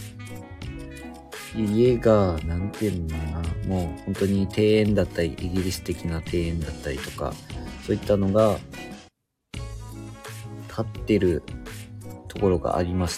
が、なんていうのかな、もう本当に庭園だったり、イギリス的な庭園だったりとか、そういったのが、立ってるところがありまして、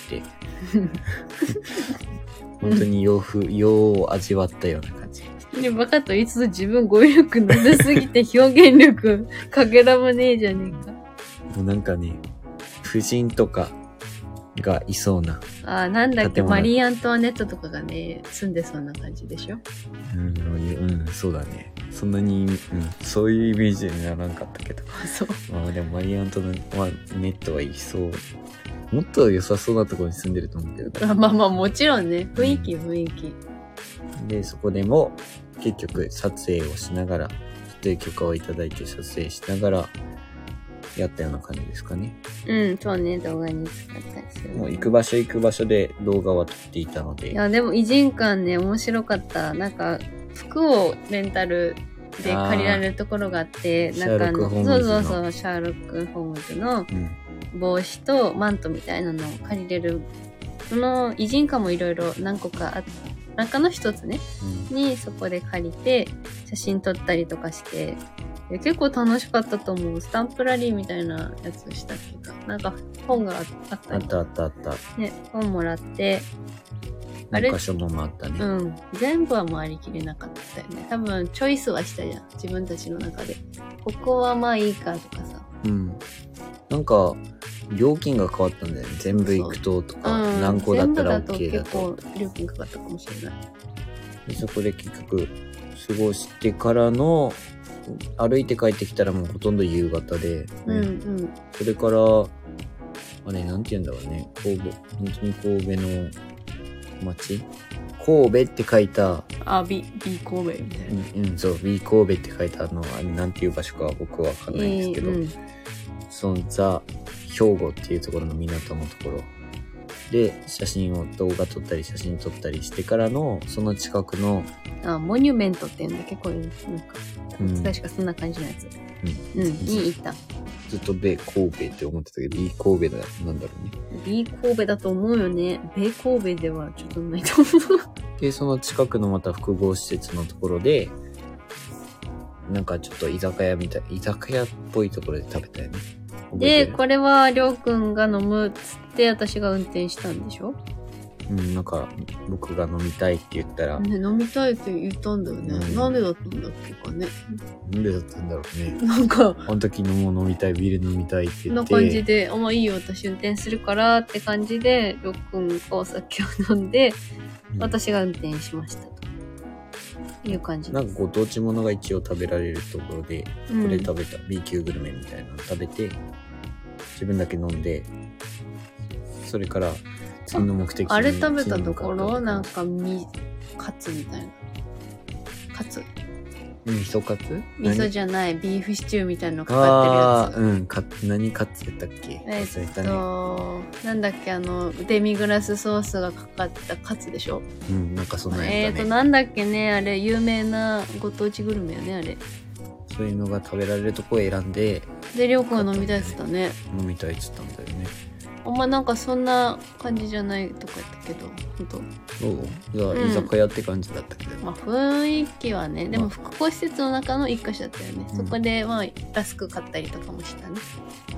本当に洋を味わったような感じ。 で、バカと言いつつ自分語彙力なさすぎて表現力かけらもねえじゃねえか。 もうなんかね、夫人とかがいそうな。 なんだっけ、マリー・アントワネットとかがね、住んでそうな感じでしょ？ そうだね。そんなに、そういうイメージにならなかったけど。 そう。 でもマリー・アントワネットはいそう。もっと良さそうなところに住んでると思うけど。 まあもちろんね。雰囲気。 で、そこでも結局撮影をしながら、許可をいただいて撮影しながらやったような感じですかね。 そうね。動画に使ったりする。 もう行く場所で動画は撮っていたので。 いや、でも異人館ね、面白かった。なんか、服をレンタルで借りられるところがあって、なんかそう、シャーロック・ホームズの帽子とマントみたいなのを借りれる。その異人館もいろいろ何個かあって、中の一つね、にそこで借りて写真撮ったりとかして、結構楽しかったと思う。スタンプラリーみたいなやつしたっけか。なんか本があったり。 あった。 ね、本もらって、 何箇所も回ったね。 全部は回りきれなかったよね。多分チョイスはしたじゃん。自分たちの中で。ここはまあいいかとかさ。 なんか、料金が変わったんだよね。全部行くととか、何個だったら OK だと。 結構料金かかったかもしれない。 でそこで結局、過ごしてからの、歩いて帰ってきたらもうほとんど夕方で、それから、なんて言うんだろうね。本当に神戸の街神戸って書いた。 B 神戸みたいな。 そう、B 神戸って書いたなんていう場所かは僕はわかんないんですけど、そのザ・兵庫っていうところの港のところで動画撮ったり写真撮ったりしてからの、その近くの、 モニュメントっていうんだっけ、こういう、確かそんな感じのやつ。に行った。 ずっと米神戸って思ってたけど、B 神戸なんだろうね。 B 神戸だと思うよね。米神戸ではちょっとないと思う。 で、その近くのまた複合施設のところで、なんかちょっと居酒屋っぽいところで食べたよね。 で、これはりょうくんが飲むっつって私が運転したんでしょ？ なんか僕が飲みたいって言ったら、 ね、飲みたいって言ったんだよね。なんでだったんだっけかね。 なんでだったんだろうね。 なんか、 あの時のもう飲みたい、ビール飲みたいって言って。 な感じで、いいよ、私運転するからって感じで、りょうくんがお酒を飲んで、私が運転しましたという感じです。 なんかご当地ものが一応食べられるところで、これ食べた B 級グルメみたいなの食べて、自分だけ飲んで、それから次の目的にあれ食べたところなんかカツみたいな。カツ味噌カツ？ 味噌じゃない、ビーフシチューみたいなのかかってるやつ。 何カツやったっけ？ なんだっけ、デミグラスソースがかかったカツでしょ？ なんかそんなんやったね。 なんだっけね、あれ、有名なご当地グルメよね、あれ。 そういうのが食べられるとこを選んで。 で、りょうくんは飲みたいって言ったね。 飲みたいって言ったんだよね。 なんかそんな感じじゃないとか言ったけど、 そう？居酒屋って感じだったけど。 雰囲気はね、でも複合施設の中の一箇所だったよね。そこでラスク買ったりとかもしたね。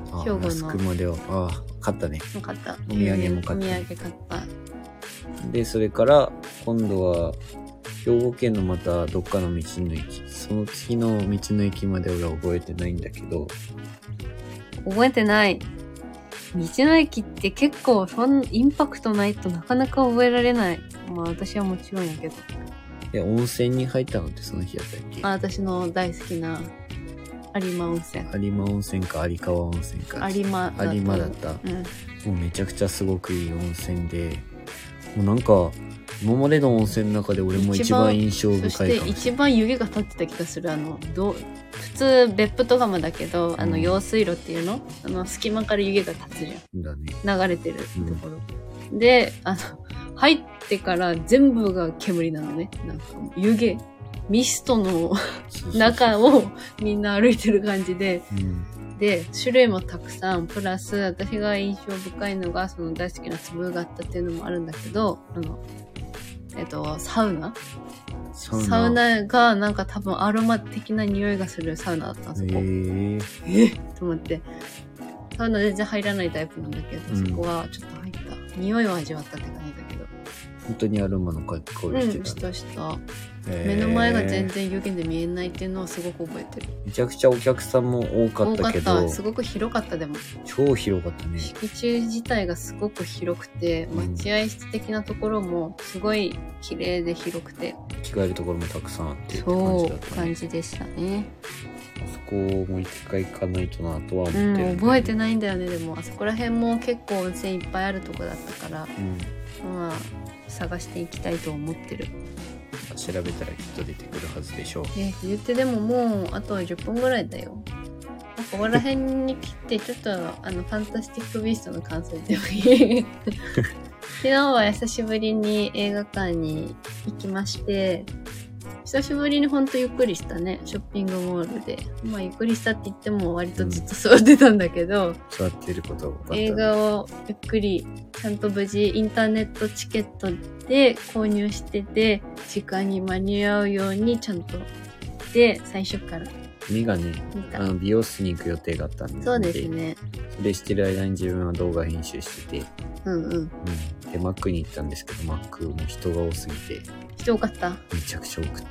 兵庫の那須熊では、買ったね。 買った。 お土産も買った。 お土産買った。 で、それから、今度は、兵庫県のまたどっかの道の駅。その次の道の駅まで俺は覚えてないんだけど。 覚えてない。道の駅って結構インパクトないとなかなか覚えられない。まあ私はもちろんやけど。 温泉に入ったのってその日やったっけ？ 私の大好きな有馬温泉。 有馬温泉か有川温泉か。 有馬だった。もうめちゃくちゃすごくいい温泉で、もうなんか、今までの温泉の中で俺も一番印象深いかもしれない。 そして一番湯気が立ってた気がする。普通別府とかもだけど、用水路っていうの隙間から湯気が立つじゃん。 だね。 流れてるところ。で、入ってから全部が煙なのね。なんか湯気。ミストの中をみんな歩いてる感じで、で、種類もたくさん、プラス、私が印象深いのが、その大好きな粒があったっていうのもあるんだけど、サウナがなんか多分アロマ的な匂いがするサウナだったんですよ。と思って。サウナ全然入らないタイプなんだけど、そこはちょっと入った。匂いを味わったって感じだけど。 本当にアロマの香りしてた。 した。目の前が全然湯気で見えないっていうのをすごく覚えてる。 めちゃくちゃお客さんも多かったけど。 すごく広かったでも。 超広かったね。 敷地自体がすごく広くて、待合室的なところもすごい綺麗で広くて。 着替えるところもたくさんあってって感じだったね。 そう、感じでしたね。 あそこも一回行かないとなとは思ってる、ね。 覚えてないんだよね。でもあそこら辺も結構温泉いっぱいあるとこだったから、まあ探していきたいと思ってる。 調べたらきっと出てくるはずでしょう。 言ってでももうあと10分ぐらいだよ。ここら辺に来てちょっとファンタスティックビーストの感想でもいい。昨日は久しぶりに映画館に行きまして、久しぶりにほんとゆっくりしたね、ショッピングモールで。まあゆっくりしたって言っても割とずっと座ってたんだけど、 座ってることが映画をゆっくり、ちゃんと無事インターネットチケットで購入してて、時間に間に合うようにちゃんと、で、最初から。 君がね、美容室に行く予定があったんで。 そうですね。 それしてる間に自分は動画編集してて。で、マックに行ったんですけど、マックも人が多すぎて。 人多かった？ めちゃくちゃ多かった。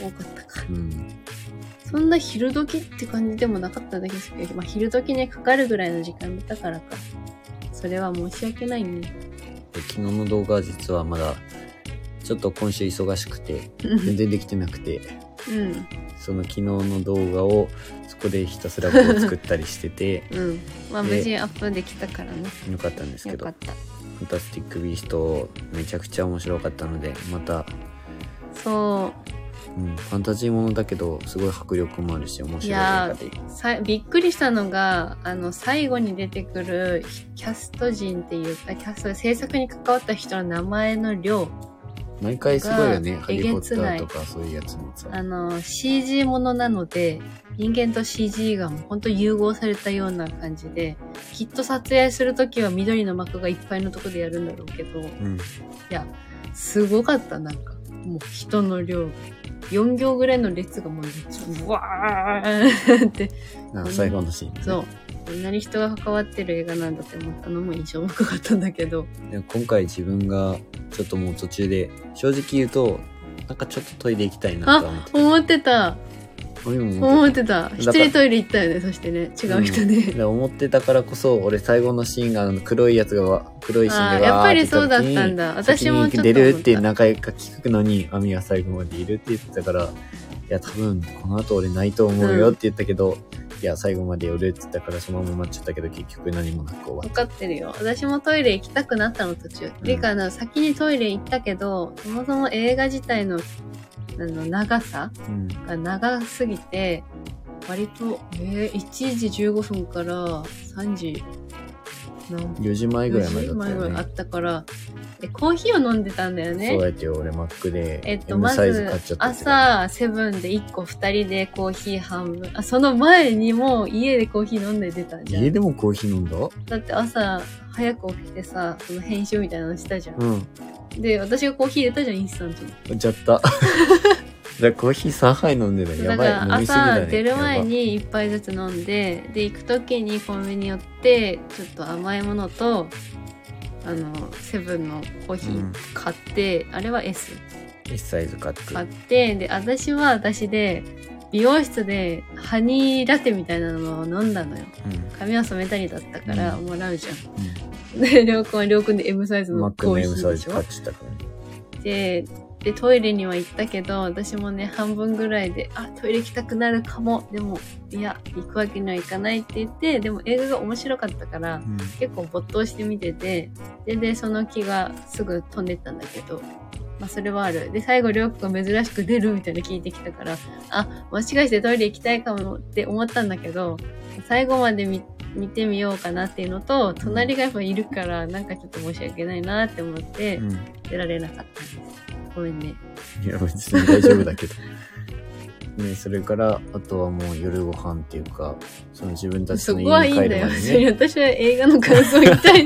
多かったか。そんな昼時って感じでもなかっただけですけど、まあ昼時にかかるぐらいの時間だったからか。それは申し訳ないね。 で昨日の動画は実はまだ、ちょっと今週忙しくて、全然できてなくて。その昨日の動画をそこでひたすらこう作ったりしててまあ無事アップできたからね。 よかったんですけど、 よかった。 ファンタスティックビーストめちゃくちゃ面白かったので、またファンタジーものだけどすごい迫力もあるし面白い映画で、 びっくりしたのが最後に出てくるキャスト陣っていうか制作に関わった人の名前の量、 毎回すごいよね。ハリーポッターとかそういうやつもさ。 CG ものなので、人間と CG がもうほんと融合されたような感じで、きっと撮影するときは緑の幕がいっぱいのとこでやるんだろうけど、いや、すごかった、なんか。もう人の量。4行ぐらいの列がもう、わーって。 最後のシーン、ね。 そう。こんなに人が関わってる映画なんだって思ったのも印象深かったんだけど。 今回自分がちょっともう途中で、正直言うと、なんかちょっとトイレ行きたいなと思ってた。思ってた。一人トイレ行ったよね、そしてね。違う人ね。 思ってたからこそ、俺最後のシーンが黒いシーンでわーって言った時に、 やっぱりそうだったんだ。私もちょっと出るって何回か聞くのに、アミは最後までいるって言ってたから、いや多分この後俺ないと思うよって言ったけど、いや最後まで寄るって言ったからそのまま待っちゃったけど結局何もなく終わった。 分かってるよ。私もトイレ行きたくなったの途中。てか先にトイレ行ったけど、そもそも映画自体の長さが長すぎて、割と、1時15分から3時 4時前ぐらいまでだったよね。4時前ぐらいあったから、コーヒーを飲んでたんだよね。 そうやって俺マックで M サイズ買っちゃった。まず朝セブンで1個2人でコーヒー半分。その前にも家でコーヒー飲んで出たじゃん。 家でもコーヒー飲んだ？ だって朝早く起きてさ、その編集みたいなのしたじゃん。で、私がコーヒー入れたじゃん、インスタントに。 やっちゃった。 じゃあコーヒー3杯飲んでるのやばい。 だから飲みすぎだね。 朝出る前に1杯ずつ飲んで、で行く時にコンビニ寄ってちょっと甘いものとセブンのコーヒー買って、あれは S サイズ買って、 で私は私で美容室でハニーラテみたいなのを飲んだのよ、髪は染めたりだったからもらうじゃん、でりょうくんはりょうくんで M サイズのコーヒーでしょ。でトイレには行ったけど、私もね半分ぐらいでトイレ行きたくなるかも、でもいや行くわけにはいかないって言って、でも映画が面白かったから、結構没頭して見てて、でその気がすぐ飛んでったんだけど、まあそれはある。で最後りょうくんが珍しく出るみたいな聞いてきたから、もしかしてトイレ行きたいかもって思ったんだけど、最後まで見てみようかなっていうのと、隣がやっぱいるからなんかちょっと申し訳ないなって思って、出られなかったんです。ごめんね。 いや別に大丈夫だけどね、それからあとはもう夜ご飯っていうか、その自分たちの家に帰るまでね。そこはいいんだよ。私は映画の感想言いたい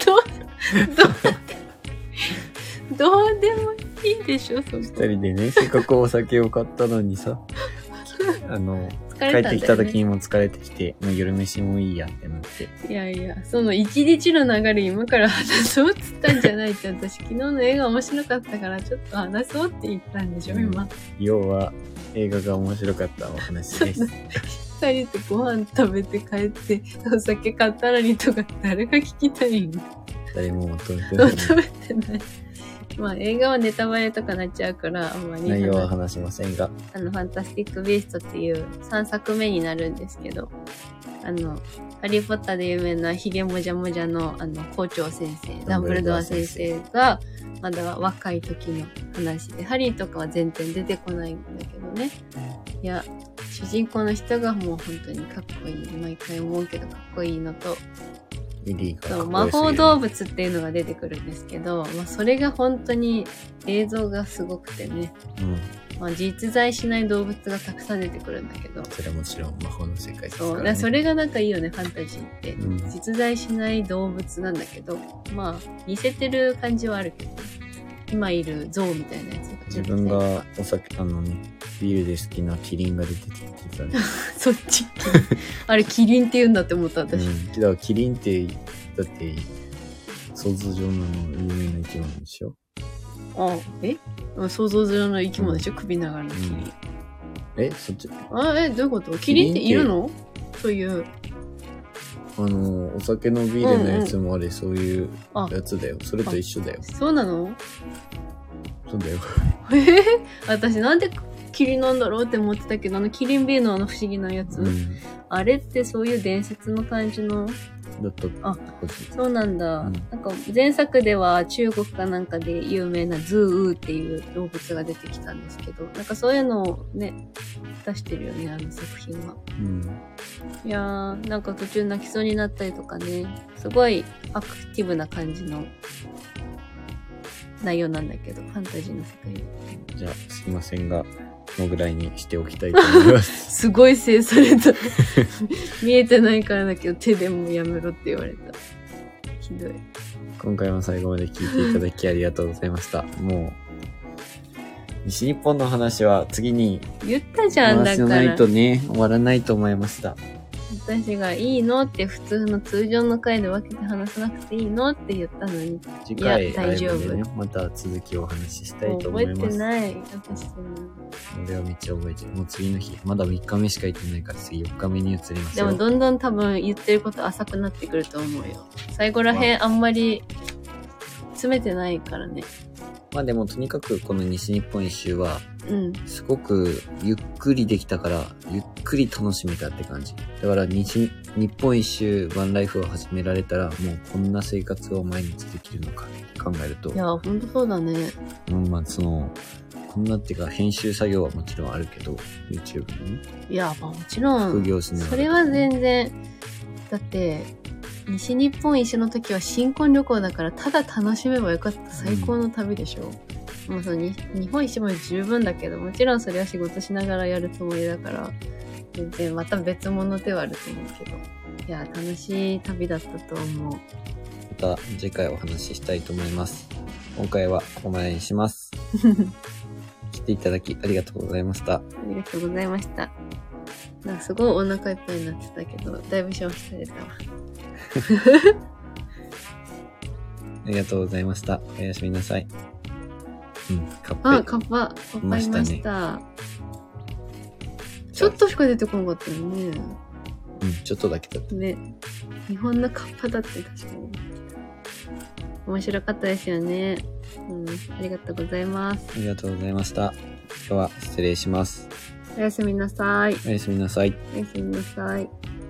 どうでもいいでしょ。そこ2人でね、せっかくお酒を買ったのにさ帰ってきた時にも疲れてきて、もう夜飯もいいやってなって。いやいや、その一日の流れ今から話そうっつったんじゃないって、私昨日の映画面白かったからちょっと話そうって言ったんでしょ、今。 要は映画が面白かったお話です。 二人でご飯食べて帰ってお酒買ったのにとか誰が聞きたいの？ 誰も求めてない。 求めてない。まあ映画はネタバレとかなっちゃうからあんまり内容は話しませんが、 ファンタスティック・ビーストっていう3作目になるんですけど、ハリーポッターで有名なヒゲもじゃもじゃの校長先生、ダンブルドア先生がまだ若い時の話で、ハリーとかは全然出てこないんだけどね。いや、主人公の人がもう本当にかっこいい。毎回思うけどかっこいいのと、魔法動物っていうのが出てくるんですけど、まあ、それが本当に映像がすごくてね、まあ、実在しない動物がたくさん出てくるんだけど、 それはもちろん魔法の世界ですからね。 そうだ、それがなんかいいよね、ファンタジーって、実在しない動物なんだけど、まあ似せてる感じはあるけど、今いる象みたいなやつが自分がお酒ビールで好きなキリンが出てきてたね。 そっちあれキリンって言うんだって思った私。 だからキリンってだって想像上の有名な生き物でしょ。想像上の生き物でしょ、首長のキリン。そっち。どういうこと？キリンっているの？そういうお酒のビールのやつもあれ、そういうやつだよ。それと一緒だよ。 そうなの？ そうだよ。 私なんでキリンなんだろうって思ってたけど、キリンビールの不思議なやつ、あれってそういう伝説の感じのだった。 そうなんだ、なんか前作では中国かなんかで有名なズーっていう動物が出てきたんですけど、なんかそういうのをね出してるよね、作品は。いやー、なんか途中泣きそうになったりとかね、すごいアクティブな感じの内容なんだけど、ファンタジーの世界で。 じゃあすいませんが、このぐらいにしておきたいと思います。 すごい制された。見えてないからだけど手でもやめろって言われた。ひどい。 今回も最後まで聞いていただきありがとうございました。もう西日本の話は次に言ったじゃん、だから。 話しないとね、終わらないと思いました。 私がいいのって普通の通常の回で分けて話さなくていいのって言ったのに。 次回大丈夫ね。また続きをお話ししたいと思います。 覚えてない。私俺はめっちゃ覚えてる。もう次の日、まだ3日目しか行ってないから次4日目に移りますよ。 でもどんどん多分言ってること浅くなってくると思うよ。最後らへんあんまり詰めてないからね。 まあでもとにかくこの西日本一周はすごくゆっくりできたから、ゆっくり楽しめたって感じ。だから日本一周ワンライフを始められたら、もうこんな生活を毎日できるのかって考えると、 いやほんとそうだね。 まあこんなっていうか編集作業はもちろんあるけど YouTube のね。 いやまあもちろん副業しながらそれは全然だって西日本一周の時は新婚旅行だからただ楽しめばよかった最高の旅でしょ。もう日本一周も十分だけど、もちろんそれは仕事しながらやるつもりだから全然また別物ではあると思うけど、いや楽しい旅だったと思う。 また次回お話ししたいと思います。今回はここまでにします。来てていただきありがとうございました。 ありがとうございました。なんかすごいお腹いっぱいになってたけど、だいぶ消費されたわ。 ありがとうございました。おやすみなさい。カッパいました。ちょっとしか出てこなかったよね。 ちょっとだけだった。 ね。日本のカッパだって確かに。面白かったですよね。ありがとうございます。 ありがとうございました。今日は失礼します。 おやすみなさい。 おやすみなさい。 おやすみなさい。